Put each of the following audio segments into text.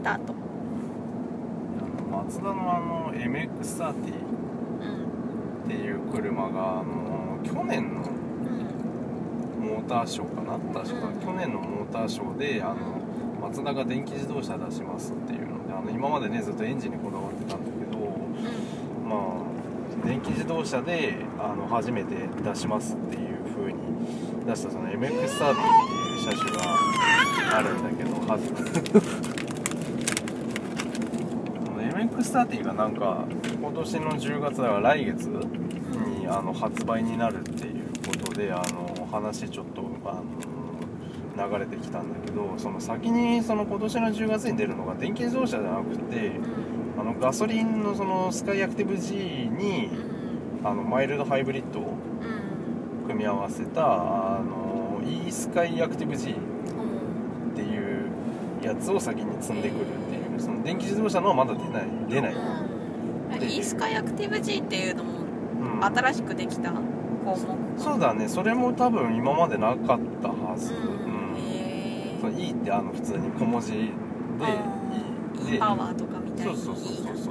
タート。 マツダのMX-30 っていう車が去年のモーターショーかな、確か、去年のモーターショーでマツダが電気自動車出しますっていうので、今までねずっとエンジンにこだわってたんだけど、まあ電気自動車で初めて出しますっていう風に出したその MX-30 っていう車種があるんだけど、MX-30 がなんか今年の10月だから来月に発売になるっていうことで話ちょっと流れてきたんだけど、その先にその今年の10月に出るのが電気自動車じゃなくてガソリンのそのスカイアクティブ G にマイルドハイブリッドを組み合わせたE スカイアクティブ G っていうやつを先に積んでくるっていう、その電気自動車のはまだ出ない。 E スカイアクティブ G っていうのも新しくできた項目、 そうだね、それも多分今までなかったはず。その E って普通に小文字で E でパワーとかみたいにそう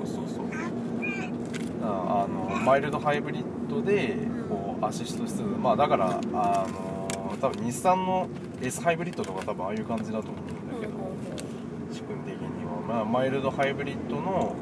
マイルドハイブリッドでこうアシストしつつ、まあだから多分日産の S ハイブリッドとか多分ああいう感じだと思うんだけど、仕組み的には、まあ、マイルドハイブリッドの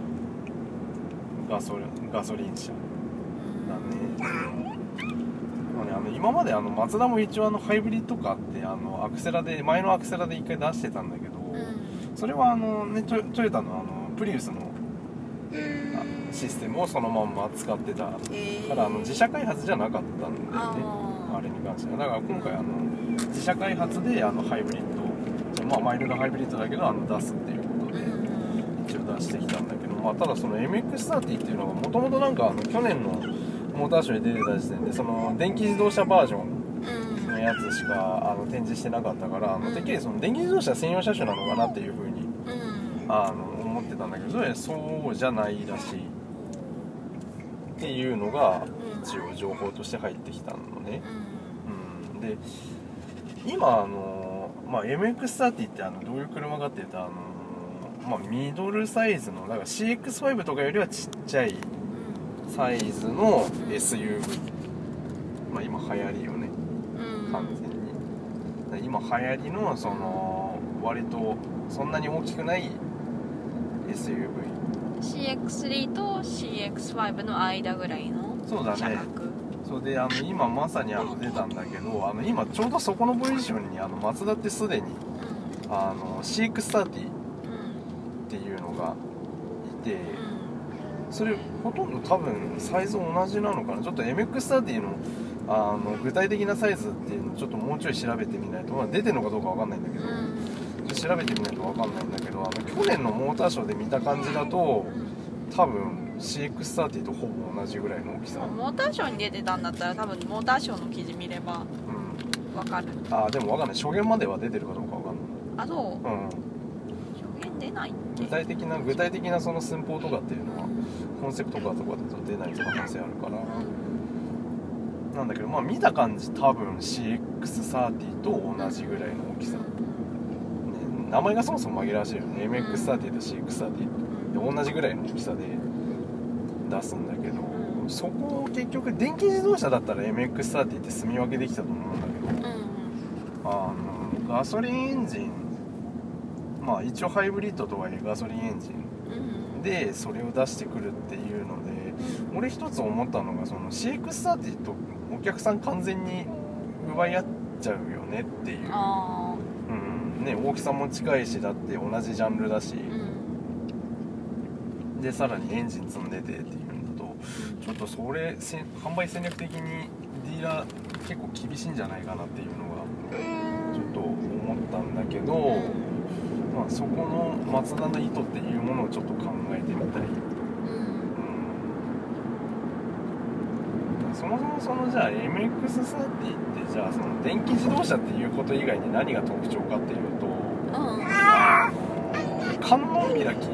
ガソリン車だね。今までマツダも一応ハイブリッドカーってアクセラで前のアクセラで一回出してたんだけど、それはトヨタのプリウスのシステムをそのまんま使ってたから自社開発じゃなかったんだよね、あれに関しては。だから今回自社開発でハイブリッド、まあ、マイルドハイブリッドだけど出すっていうことで一応出してきたんだけど、まあ、ただその MX-30 っていうのがもともとなんか去年のモーターショーで出てた時点でその電気自動車バージョンのやつしか展示してなかったから、てっきりその電気自動車専用車種なのかなっていう風に思ってたんだけど、そうじゃないらしいっていうのが一応情報として入ってきたのね。で今まあ、MX-30 ってどういう車かっていうとまあ、ミドルサイズのだから CX5 とかよりはちっちゃいサイズの SUV、まあ、今流行りよね、完全に今流行りのその割とそんなに大きくない SUV、 CX3 と CX5 の間ぐらいのそうだね。そうで今まさに出たんだけど今ちょうどそこのポジションにマツダってすでにCX-30 っていうのがいて、それほとんど多分サイズ同じなのかな。ちょっと MX-30 の具体的なサイズっていうのをちょっともうちょい調べてみないと、まあ、出てるのかどうかわかんないんだけど、調べてみないとわかんないんだけど去年のモーターショーで見た感じだと多分 CX-30 とほぼ同じぐらいの大きさ。 モーターショーに出てたんだったら多分モーターショーの記事見ればわかる。 でもわかんない、初見までは出てるかどうかわかんない。 そう、初見出ないっけ。 具体的なその寸法とかっていうのはコンセプトカーとかだと出ない可能性あるからなんだけど、まあ見た感じ多分 CX-30 と同じぐらいの大きさ、名前がそもそも紛らわしいよね。 MX-30 と CX-30 で同じぐらいの大きさで出すんだけど、そこを結局電気自動車だったら MX-30 って住み分けできたと思うんだけど、ガソリンエンジン、まあ一応ハイブリッドとはいえガソリンエンジンでそれを出してくるっていうので、俺一つ思ったのがその CX-30 とお客さん完全に奪い合っちゃうよねっていう、大きさも近いしだって同じジャンルだし、でさらにエンジン積んでてっていうんだとちょっとそれ販売戦略的にディーラー結構厳しいんじゃないかなっていうのがちょっと思ったんだけど、まあ、そこのマツダの意図っていうものをちょっと考えてみたい。そもそもそのじゃあ MX-30 ってじゃあその電気自動車っていうこと以外に何が特徴かっていうと、観音開き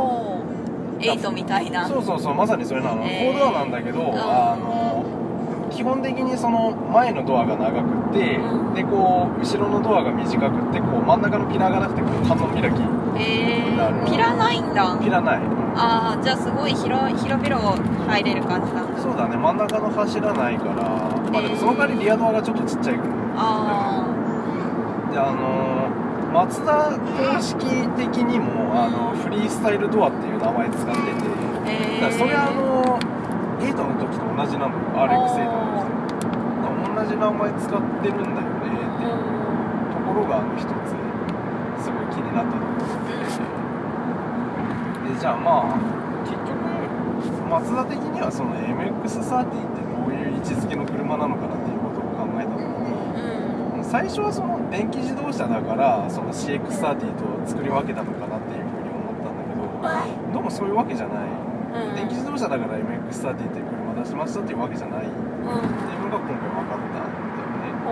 と 8みたいな、 そうまさにそれなの、4ドアなんだけど基本的にその前のドアが長くって、 うん、 でこう後ろのドアが短くってこう真ん中のピラーがなくてこう観音開きになる。 ピラないんだ。 ピラない。 ああ、じゃあすごい広々入れる感じなんだ。 そうだね、真ん中の柱ないから、まあでもその代わりリアドアがちょっとちっちゃいから。 あでマツダ公式的にもフリースタイルドアっていう名前使ってて、だからそれ8の時と同じなのよ、RX8 の時と同じ名前使ってるんだよねっていうところが一つすごい気になったところで、じゃあまあ結局マツダ的にはその MX-30 ってどういう位置づけの車なのかなっていうことを考えた時に、最初はその電気自動車だからその CX-30 と作り分けたのかなっていうふうに思ったんだけど、どうもそういうわけじゃない、電気自動車だから MX-30 っていう車出しましたっていうわけじゃないっていうのが今回分かったんだよね。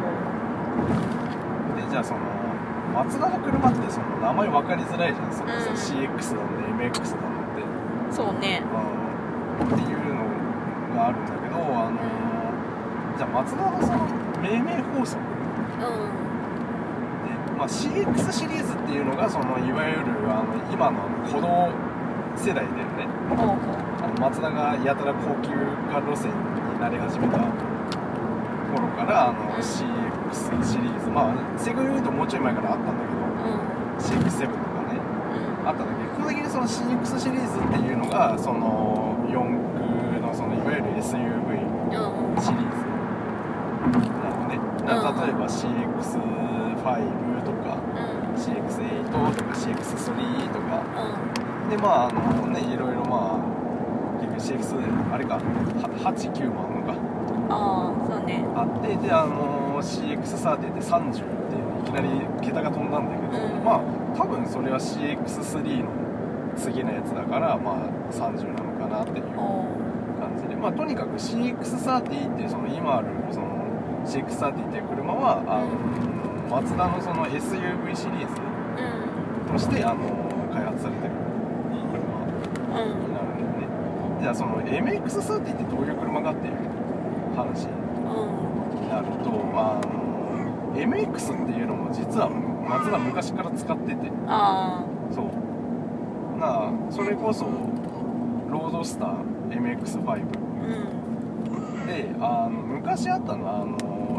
でじゃあそのマツダの車ってその名前分かりづらいじゃん、そのさ CX なので MX なのってそうね、 っていうのがあるんだけど、じゃあマツダのその命名法則で、まあ、CX シリーズっていうのがそのいわゆる今の鼓動世代だよね。マツダがやたら高級化路線になり始めた頃からCX シリーズ、まあ正確に言うともうちょい前からあったんだけど、CX7 とかね、あったんだけど、基本的にその CX シリーズっていうのがその4駆のそのいわゆる SUV シリーズなのね。例えば CX5 とか、CX8 とか CX3 とか、でまあいろいろまあ結局 CX あれか8、9もあるのか、 そうね、 あって、でCX30 って30っていきなり桁が飛んだんだけど、まあ多分それは CX3 の次のやつだからまあ30なのかなっていう感じで、まあとにかく CX30 ってその今あるその CX30 っていう車はマツダのその SUV シリーズとして開発されてる車になるんだよね。じゃあその MX30 ってどういう車かっていう話になると、MX っていうのも実はマツダ昔から使ってて、そうそれこそロードスター MX5、で昔あったのは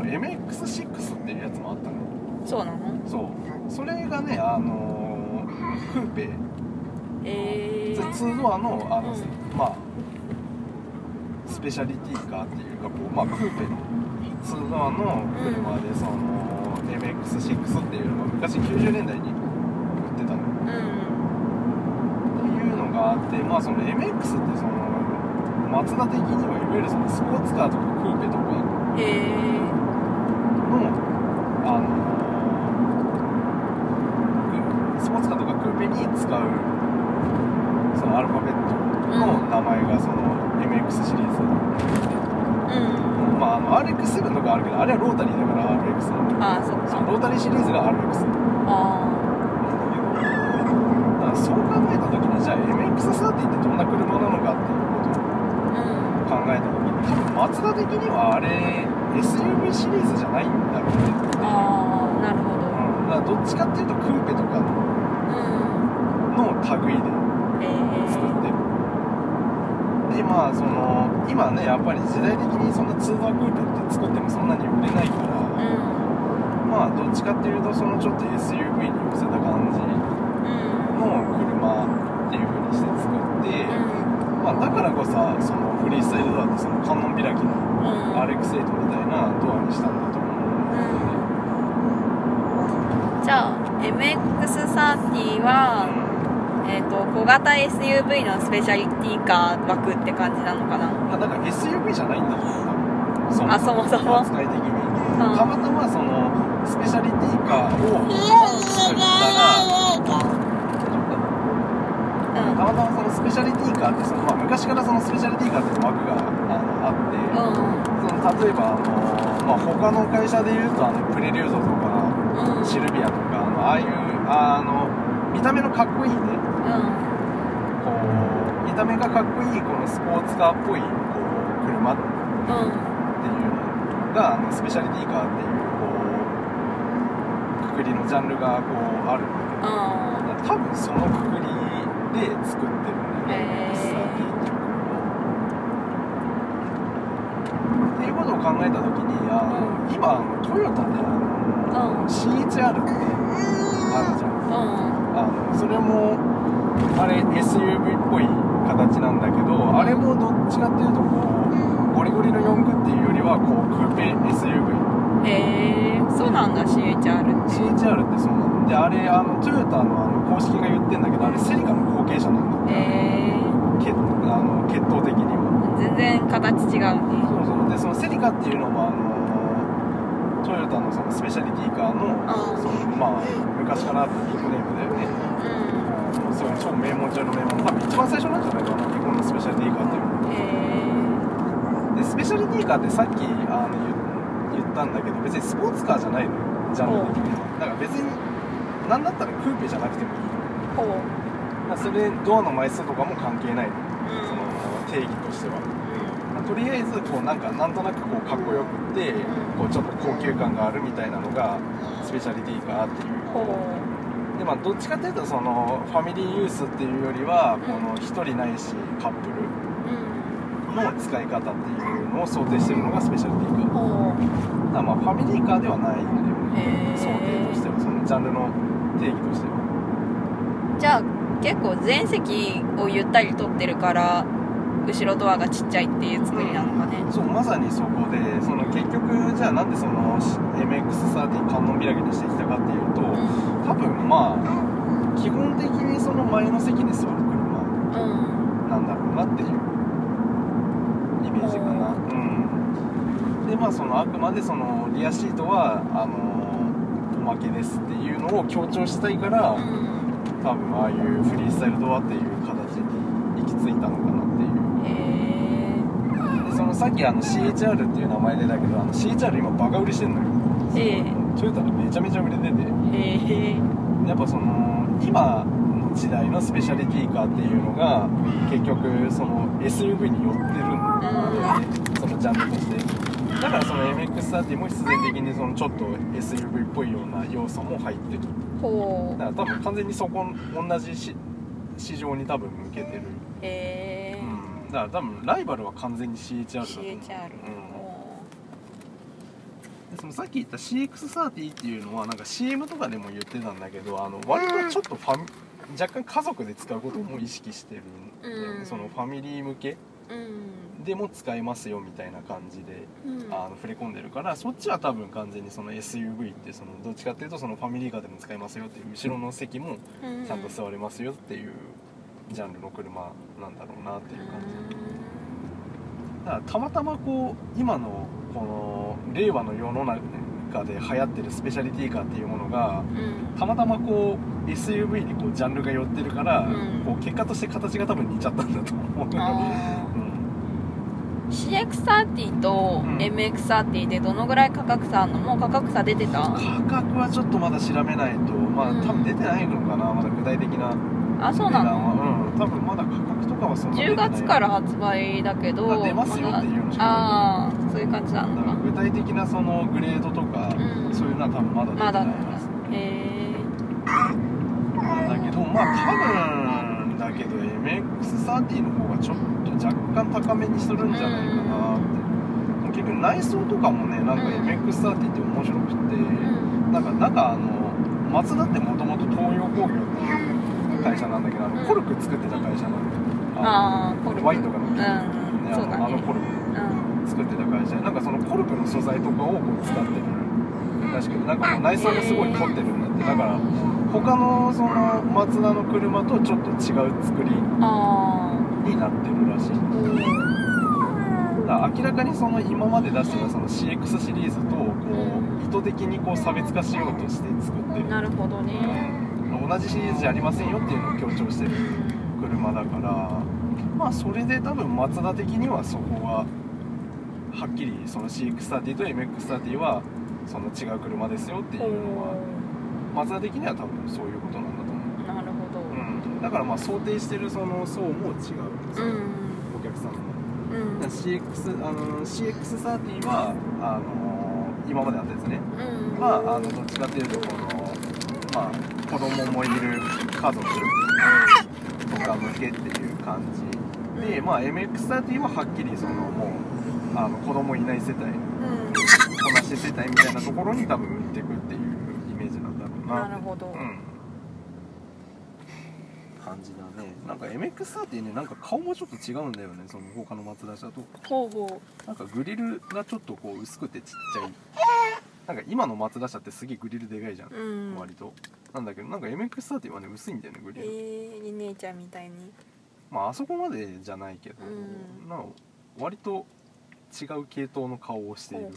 MX6 っていうやつもあったの。 そうなの？ そうそれがねクーペ、2ドアのまあスペシャリティカーっていうかこう、まあ、クーペの2ドアの車でその MX6 っていうのが昔90年代に売ってたの、っていうのがあって、まあその MX ってそのマツダ的にはいわゆるそのスポーツカーとかクーペとかのスポーツカーとかクーペに使うそのアルファベットの名前がその MX シリーズ、まあRX7 とかあるけどあれはロータリーだから RX なんだけど、そのロータリーシリーズが RX だからそう考えた時にじゃあ MX30 ってどんな車なのかっていうことを考えた時に多分マツダ的にはあれ SUV シリーズじゃないんだろうねっていう。 なるほど、 だからどっちかっていうとクーペとかの類で作ってる。でまあその今ねやっぱり時代的にそんな2ドアクーペって作ってもそんなに売れないから、まあどっちかっていうとそのちょっと SUV に寄せた感じの車っていう風にして作って、まあだからこそそのフリースタイルドアってその観音開きの RX8 みたいなドアにしたんだと思うんだよね。 じゃあ MX30 は小型 SUV のスペシャリティカー枠って感じなのかな。 だから SUV じゃないんだと思う。そもそも扱い的に、たまたまそのスペシャリティカーを作ったら、たまたまそのスペシャリティカーってその、まあ、昔からそのスペシャリティカーっていう枠があって、その例えばまあ、他の会社でいうとプレリューゾとか、シルビアとかああいう見た目のかっこいいね、こう見た目がかっこいいこのスポーツカーっぽいこう車っがスペシャリティカーっていうこうくくりのジャンルがこうあるんだけど、多分そのくくりで作ってるんだよね、XRT っていうっていうことを考えた時に今トヨタでCHR ってあるじゃん、それもあれ SUV っぽい形なんだけど、あれもどっちかっていうとこうゴリゴリの4駆っていうよりはこうクーペ SUV。 そうなんだ。 CHR ってそうなんで、あれトヨタの公式が言ってんだけど、あれセリカの後継者なんだって、血統的には全然形違うね。 そうで、そのセリカっていうのもトヨタのそのスペシャリティカーのそのまあ昔からあったニックネームだよね。すごい超名門中の名門、多分一番最初なんじゃないかな、日本のスペシャリティカーっていうの。でスペシャリティカーってさっき言ったんだけど、別にスポーツカーじゃないのよ、ジャンル的には。だから別に何だったらクーペじゃなくてもいいの。だからそれドアの枚数とかも関係ないの、その定義としては。とりあえずこうなんとなくこうかっこよくってこうちょっと高級感があるみたいなのがスペシャリティカーっていう。でまあどっちかというとそのファミリーユースっていうよりはこの1人ないしカップルの使い方っていうのを想定してるのがスペシャリティカー。だからまあファミリーカーではないんだよね、想定としては、そのジャンルの定義としては。 じゃあ結構全席をゆったり取ってるから後ろドアがちっちゃいっていう作りなのかね。 そう、まさにそこで、その結局じゃあなんでその MX-30 観音開きにしてきたかっていうと、多分まあ基本的にその前の席に座る車なんだろうなっていうイメージかな。でまあそのあくまでそのリアシートはおまけですっていうのを強調したいから、多分ああいうフリースタイルドアっていう形に行き着いたのかなっていう。でそのさっきCHR っていう名前でだけどCHR 今バカ売りしてんのよ。トヨタでめちゃめちゃ売れてて、やっぱその今の時代のスペシャリティカーっていうのが結局その SUV に寄ってるんだよね、そのジャンルとして。だからその MX-30 も必然的にそのちょっと SUV っぽいような要素も入ってる。だから多分完全にそこ同じ市場に多分向けてる。だから多分ライバルは完全に CHR だと思う。でそのさっき言った CX-30 っていうのはなんか CM とかでも言ってたんだけど、割とちょっと若干家族で使うことも意識してるんだよね。そのファミリー向けでも使えますよみたいな感じで、触れ込んでるから、そっちは多分完全にその SUV ってそのどっちかっていうとそのファミリーカーでも使えますよっていう、後ろの席もちゃんと座れますよっていうジャンルの車なんだろうなっていう感じだから、たまたまこう今のこの令和の世の中で流行ってるスペシャリティカーっていうものが、たまたまこう SUV にこうジャンルが寄ってるから、こう結果として形が多分似ちゃったんだと思う。 CX-30 と MX-30 でどのぐらい価格差あるの？もう価格差出てた？ 価格はちょっとまだ調べないと、まあ多分出てないのかな、まだ具体的な。 そうなの？ 多分まだ価格とかはそんな出てない。 10月から発売だけど出ますよっていうのしかない。 そういう感じなんだ。 具体的なそのグレードとか、そういうのは多分まだ出てないはず。だけどまあ多分だけど MX-30 の方がちょっと若干高めにするんじゃないかなって。結局内装とかもね、なんか MX-30 って面白くて、なんかマツダってもともと東洋工業っていう会社なんだけど、コルク作ってた会社なんで、コルクワインとかのコルク作ってた会社で、なんかそのコルクの素材とかをこう使ってるらしくて、なんかもう内装がすごい凝ってるんだって。だから他のそのマツダの車とちょっと違う作りになってるらしい。だから明らかにその今まで出してたその CX シリーズとこう意図的にこう差別化しようとして作ってる。 なるほどね。 同じシリーズじゃありませんよっていうのを強調してる車だから、まあそれで多分マツダ的にはそこははっきりその CX-30 と MX-30 はその違う車ですよっていうのはマツダ的には多分そういうことなんだと思う。 なるほど。 だからまあ想定してるその層も違う、お客さんも。 CX30 は今まであったやつね、はどっちかっていうとこの、まあ、子供もいる家族とか向けっていう感じで、まあ、MX30 ははっきりそのもう子供いない世帯、子なし世帯みたいなところに多分売っていくっていうイメージなんだろうな。 なるほど、 感じだね。なんか MX30 ね、なんか顔もちょっと違うんだよね、その他のマツダ車と。なんかグリルがちょっとこう薄くてちっちゃい。なんか今のマツダ車ってすげえグリルでかいじゃん、割と。なんだけどなんか MX30 はね薄いんだよね、グリル。 リネーちゃんみたいに。 まああそこまでじゃないけど、なんか割と違う系統の顔をしている。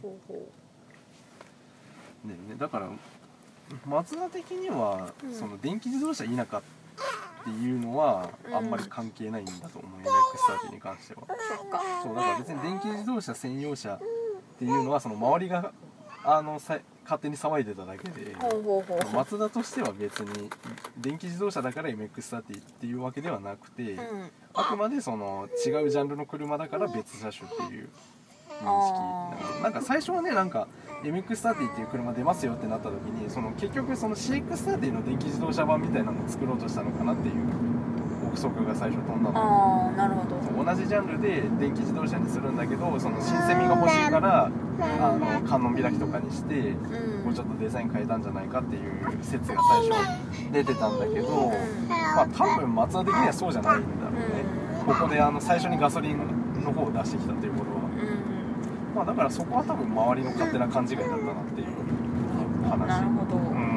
ね、だからマツダ的には、その電気自動車否かっていうのはあんまり関係ないんだと思う、MX30 に関しては。そうだから別に電気自動車専用車っていうのはその周りが勝手に騒いでただけで、マツダとしては別に電気自動車だから MX30 っていうわけではなくて、あくまでその違うジャンルの車だから別車種っていう認識なんか最初はね、なんか MX30 っていう車出ますよってなった時に、その結局その CX30 の電気自動車版みたいなのを作ろうとしたのかなっていう憶測が最初飛んだの。 なるほど。 同じジャンルで電気自動車にするんだけど、その新セミが欲しいから観音開きとかにして、もうちょっとデザイン変えたんじゃないかっていう説が最初出てたんだけど、まあ多分マツダ的にはそうじゃないんだろうね。ここで最初にガソリンの方を出してきたということは、まあだからそこは多分周りの勝手な勘違いだったなっていう話。 なるほど。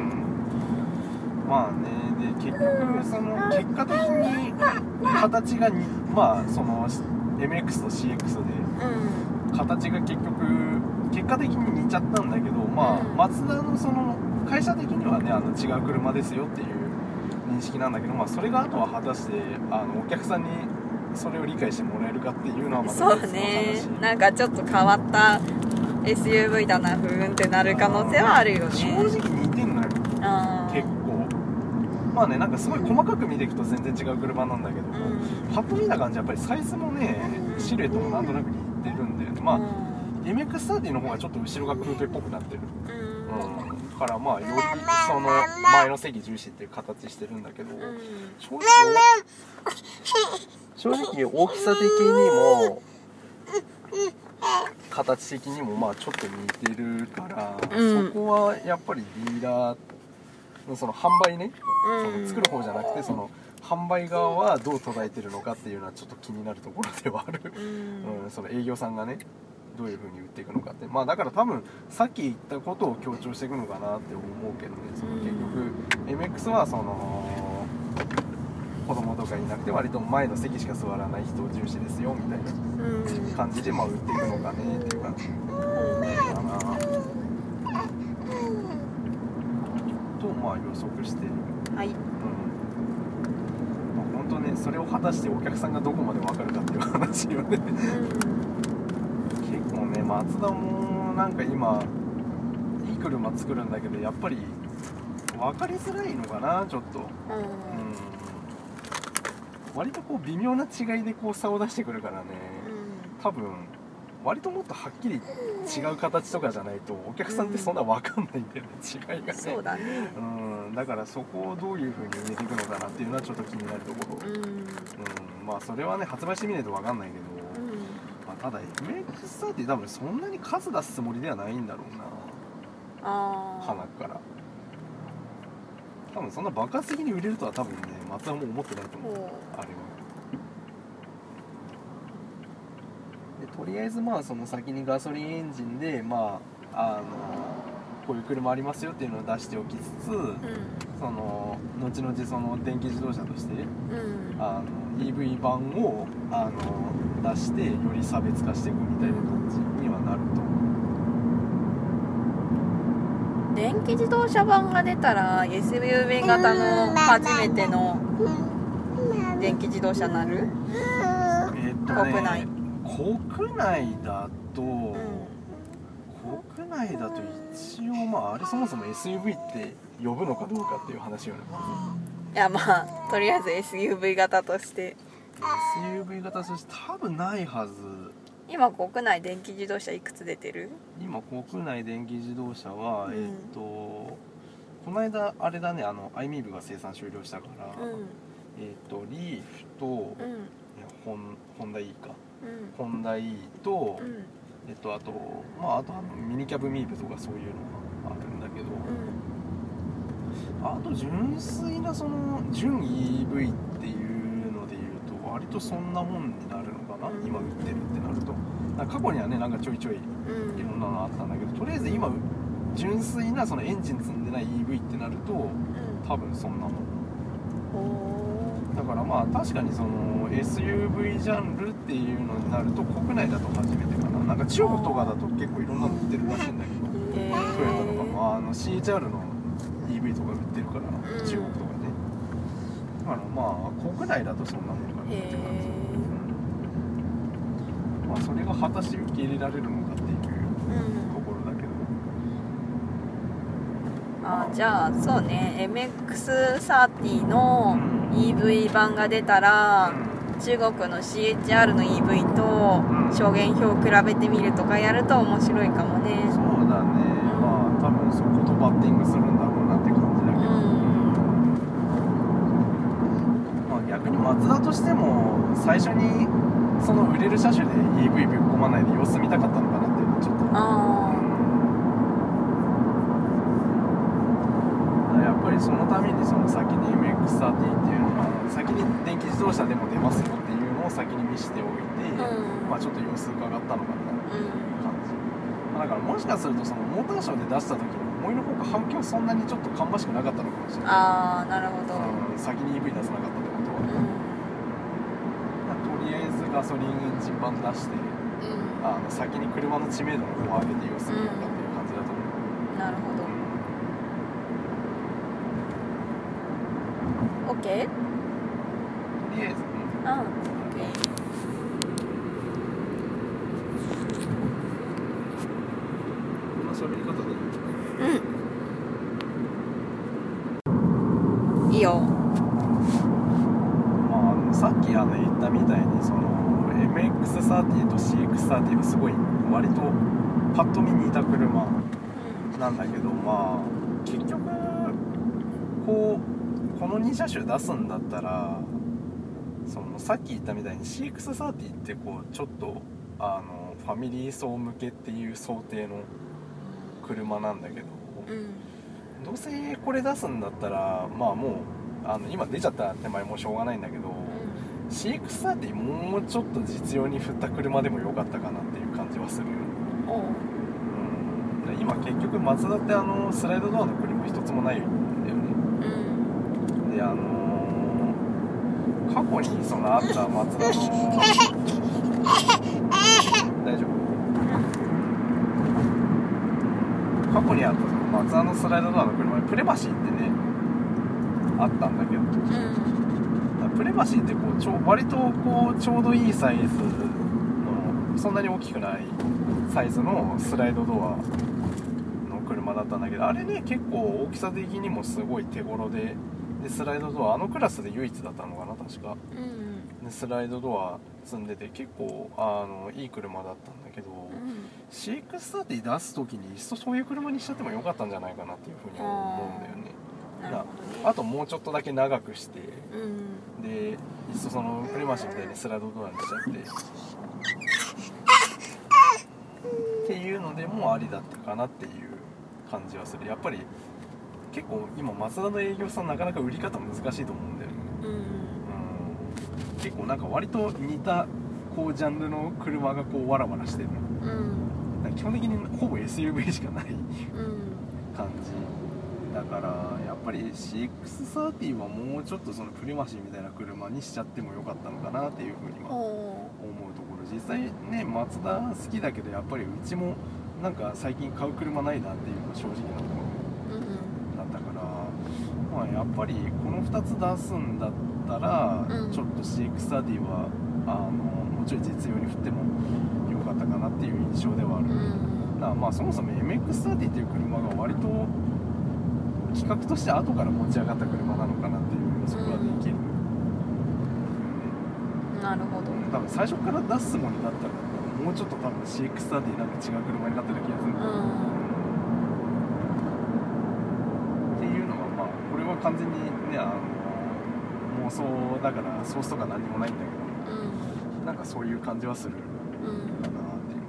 まあね、で結局その結果的に形がまあその MX と CX で形が結果的に似ちゃったんだけど、まあマツダのその会社的にはね違う車ですよっていう認識なんだけど、まあそれがあとは果たしてお客さんにそれを理解してもらえるかっていうのはまた別の話。 そうね、なんかちょっと変わった SUV だな、ふーんってなる可能性はあるよね。 正直似てんのよ、結構。まあね、なんかすごい細かく見ていくと全然違う車なんだけど、パッと見た感じやっぱりサイズもね、シルエットもなんとなく似てるんだよね。まあ MX30 の方がちょっと後ろがクーペっぽくなってる、からまあよりその前の席重視っていう形してるんだけど、正直大きさ的にも形的にもまあちょっと似てるから、そこはやっぱりディーラーのその販売ね、その作る方じゃなくてその販売側はどう捉えてるのかっていうのはちょっと気になるところではある、その営業さんがねどういう風に売っていくのかって、まあだから多分さっき言ったことを強調していくのかなって思うけどね。その結局 MX はその子供とかいなくて割と前の席しか座らない人重視ですよみたいな感じでまあ売っていくのかねっていう感じかなとまあ予測してる。まあ本当ね、それを果たしてお客さんがどこまで分かるかっていう話よね。結構ね、マツダもなんか今いい車作るんだけどやっぱり分かりづらいのかなちょっと。割とこう微妙な違いでこう差を出してくるからね、多分割ともっとはっきり違う形とかじゃないとお客さんってそんな分かんないんだよね、違いがね。 そうだね。 だからそこをどういう風に埋めていくのかなっていうのはちょっと気になるところ。まあそれはね発売してみないと分かんないけど、まあ、ただ MX30 って多分そんなに数出すつもりではないんだろうな、鼻から多分そんな爆発的に売れるとは多分ねマツダも思ってないと思う、あれは。でとりあえずまあその先にガソリンエンジンでまあこういう車ありますよっていうのを出しておきつつ、その後々その電気自動車として、EV 版を出してより差別化していくみたいな感じにはなると。 電気自動車版が出たら SUV 型の初めての電気自動車になる？国内だと、国内だと一応まああれそもそも SUV って呼ぶのかどうかっていう話よね。 いやまあとりあえず SUV 型として SUV 型として多分ないはず今国内電気自動車いくつ出てる？ 今国内電気自動車は、この間あれだね、アイミーブが生産終了したから、リーフと、ホンダ E か、ホンダ E と、あとミニキャブミーブとかそういうのがあるんだけど、あと純粋なその純 EV っていうのでいうと割とそんなもんになるのかな、今売ってるってなると。過去にはねなんかちょいちょいいろんなのあったんだけど、とりあえず今純粋なそのエンジン積んでない EV ってなると、多分そんなもんだから、まあ確かにその SUV ジャンルっていうのになると国内だと初めてかな。なんか中国とかだと結構いろんなの売ってるらしいんだけど、トヨタとかもCHR の EV とか売ってるから、中国とかね。だからまあ国内だとそんなもんかなって感じ。まあそれが果たして受け入れられるのかっていうところだけど、 じゃあそうね、MX30 の EV 版が出たら、中国の CHR の EV と証言表を比べてみるとかやると面白いかもね。 そうだね、まあ多分そことバッティングするんだろうなって感じだけど、まあ逆にマツダとしても最初にその売れる車種で EV ぶっ込まないで様子見たかったのかなっていうのちょっとやっぱりそのためにその先に MX30 っていうのが先に電気自動車でも出ますよっていうのを先に見せておいて、まあちょっと様子伺ったのかなっていう感じ、だからもしかするとそのモーターショーで出した時に思いのほか反響そんなにちょっと芳しくなかったのかもしれない。 なるほど、 先に EV 出さなかったってことは、とりあえずガソリンエンジン版出して、先に車の知名度の方を上げて様子見ようかっていう感じだと思う。 なるほど。OK？ とりあえずこんな喋り方でいいよ。 さっき言ったみたいにその MX30 と CX30 はすごい割とパッと見似た車なんだけど、まあ結局この2車種出すんだったらそのさっき言ったみたいに CX30 ってちょっとファミリー層向けっていう想定の車なんだけど、どうせこれ出すんだったらまあもう今出ちゃった手前もしょうがないんだけど、CX30 もうちょっと実用に振った車でも良かったかなっていう感じはするよ、今結局マツダってスライドドアの車一つもないんだよね、で過去にそのあったマツダの大丈夫、過去にあったそのマツダのスライドドアの車でプレマシーってねあったんだけど、プレマシーって割とちょうどいいサイズのそんなに大きくないサイズのスライドドアの車だったんだけど、あれね結構大きさ的にもすごい手頃でスライドドアクラスで唯一だったのかな確か、でスライドドア積んでて結構いい車だったんだけど、CX30 出す時にいっそそういう車にしちゃってもよかったんじゃないかなっていうふうに思うんだよね。あともうちょっとだけ長くして、でいっそそのプレマシーみたいにスライドドアにしちゃってっていうのでもありだったかなっていう感じはする。やっぱり結構今マツダの営業さんなかなか売り方難しいと思うんだよね、結構なんか割と似たジャンルの車がワラワラしてるの、基本的にほぼ SUV しかない感じだから、やっぱり CX30 はもうちょっとそのプレマシーみたいな車にしちゃってもよかったのかなっていうふうには思うところ。実際ねマツダ好きだけどやっぱりうちもなんか最近買う車ないなっていうのが正直なところだったから、まあ、やっぱりこの2つ出すんだったら、ちょっと CX30 はもうちょい実用に振ってもよかったかなっていう印象ではある、だからまあそもそも MX30 っていう車が割と企画として後から持ち上がった車なのかなっていう予測はできる、 なるほど。 多分最初から出すつもりだったらももうちょっと多分 CX30 なんか違う車になってる気がする、っていうのがまあこれは完全にね妄想だからソースとか何もないんだけど、なんかそういう感じはするかなっていう、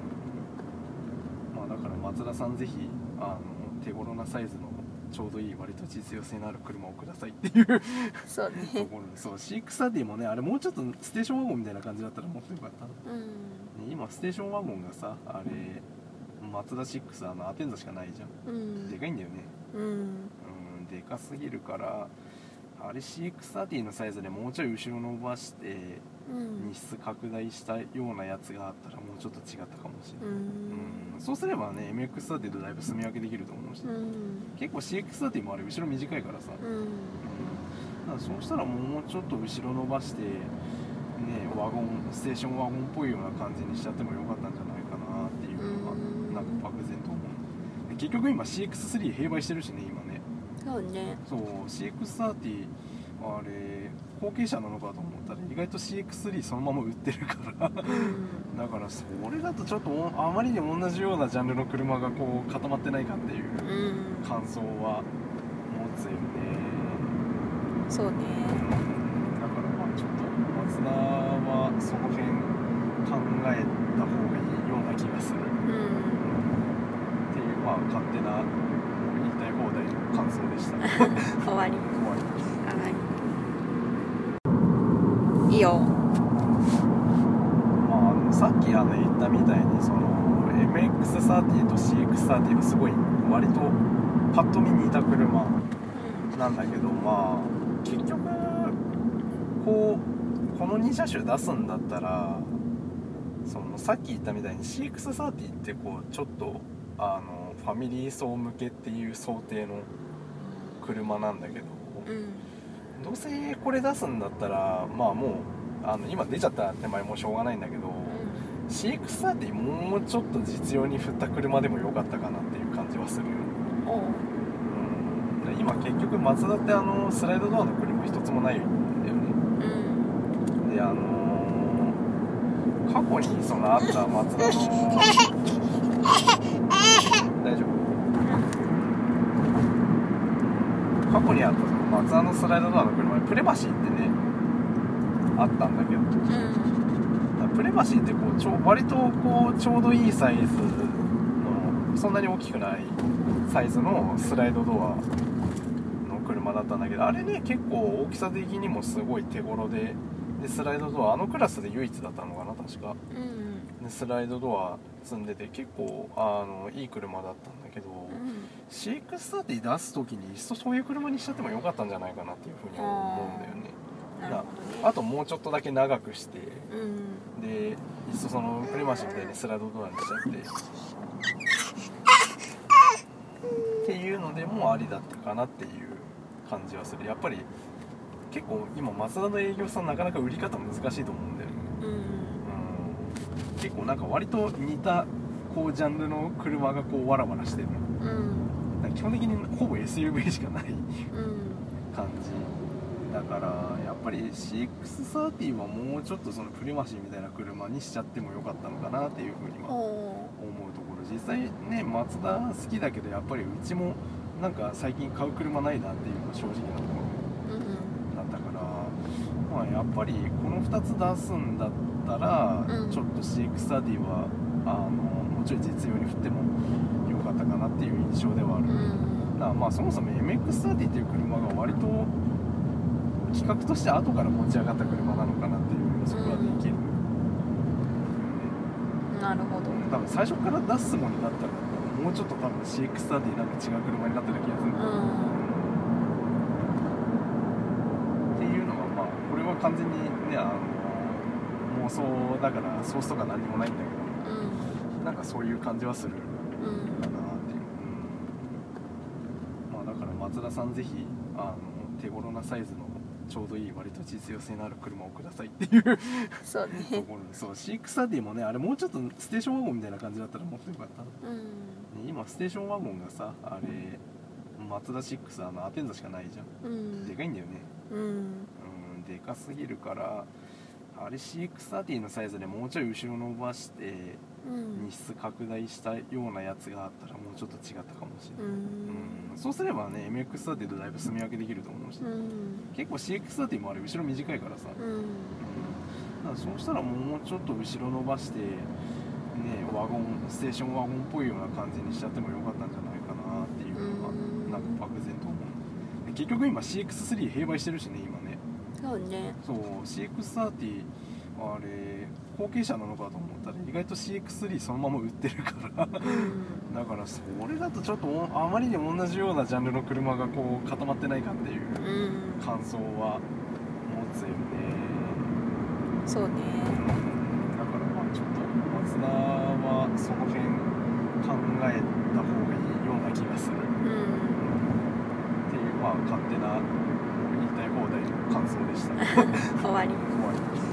まあだから松田さんぜひ手頃なサイズのちょうどいい割と実用性のある車をくださいっていうそうねところで、そう CX30 もねあれもうちょっとステーションワゴンみたいな感じだったらもっとよかった、ね、今ステーションワゴンがさあれマツダ6アテンザしかないじゃん、でかいんだよね、でかすぎるからあれ CX30 のサイズでもうちょい後ろ伸ばして、荷室拡大したようなやつがあったらもうちょっと違ったかもしれない、そうすればね MX30 とだいぶ住み分けできると思うし、結構 CX30 もあれ後ろ短いからさ、だからそうしたらもうちょっと後ろ伸ばしてねステーションワゴンっぽいような感じにしちゃってもよかったんじゃないかなっていうのがなんか漠然と思う。結局今 CX3 併売してるしね今ね。 そうね。 そう CX30 あれ後継者なのかと思ったら意外と CX3 そのまま売ってるからだからそれだとちょっとあまりに同じようなジャンルの車がこう固まってないかっていう感想は持つよね。 そうね。 だからまあちょっとマツダはその辺考えた方がいいような気がする、っていうまあ勝手な言いたい放題の感想でした終わりはいいよ。 まあさっき言ったみたいにその MX30 と CX30 はすごい割とパッと見似た車なんだけど、まあ結局この2車種出すんだったらそのさっき言ったみたいに CX30 ってこうちょっとファミリー層向けっていう想定の車なんだけど、どうせこれ出すんだったらまあもう今出ちゃった手前もしょうがないんだけど、CX30 もうちょっと実用に振った車でもよかったかなっていう感じはするよね。今結局マツダってスライドドアの車一つもないんだよね。で過去にそのあったマツダの大丈夫？過去にあったそのマツダのスライドドアの車にプレマシーってねあったんだけど、プレマシーって割とちょうどいいサイズのそんなに大きくないサイズのスライドドアの車だったんだけど、あれね結構大きさ的にもすごい手頃でスライドドアクラスで唯一だったのかな確か、でスライドドア積んでて結構いい車だったんだけど、CX30 出す時にいっそそういう車にしちゃってもよかったんじゃないかなっていうふうに思うんだよね。あともうちょっとだけ長くして、でいっそそのプレマシみたいにスライドドアにしちゃってっていうのでもありだったかなっていう感じはする。やっぱり結構今マツダの営業さんなかなか売り方難しいと思うんだよね。結構なんか割と似たジャンルの車がワラワラしてる、基本的にほぼ SUV しかない感じだから、やっぱり CX30 はもうちょっとそのプレマシーみたいな車にしちゃってもよかったのかなっていうふうには思うところ。実際ねマツダ好きだけどやっぱりうちもなんか最近買う車ないなっていうのが正直なところだったから、まあやっぱりこの2つ出すんだったら、ちょっと CX30 はもうちょい実用に振ってもよかったかなっていう印象ではある。まあそもそも MX30 っていう車が割と企画として後から持ち上がった車なのかなっていう予測はできる、 なるほど。 多分最初から出すつもりだったらもうちょっと多分 CX30 なんか違う車になってる気がする、っていうのがまあこれは完全にね妄想だからソースとか何もないんだけど、なんかそういう感じはするかなっていう、まあだから松田さんぜひ手頃なサイズのちょうどいい割と実用性のある車をくださいっていうそうねところで、そう CX30 もねあれもうちょっとステーションワゴンみたいな感じだったらもっとよかった、今ステーションワゴンがさあれマツダ6アテンザしかないじゃん、でかいんだよね、でかすぎるからあれ CX-30 のサイズでもうちょい後ろ伸ばして荷室拡大したようなやつがあったらもうちょっと違ったかもしれない、そうすればね MX-30 とだいぶ住み分けできると思うし、結構 CX-30 もあれ後ろ短いからさ、だからそうしたらもうちょっと後ろ伸ばしてね、ワゴンステーションワゴンっぽいような感じにしちゃってもよかったんじゃないかなっていうのがなんか漠然と思う。結局今 CX-3 併売してるしね今ね。 そうね。 そう CX-30 あれ後継者なのかと思ったら意外と CX-3 そのまま売ってるからだからそれだとちょっとあまりに同じようなジャンルの車がこう固まってないかっていう感想は持つよね。 そうね。 だからまあちょっとマツダはその辺考えた方がいいような気がする、っていうまあ勝手な言いたい放題の感想でした。 終わり。 終わり。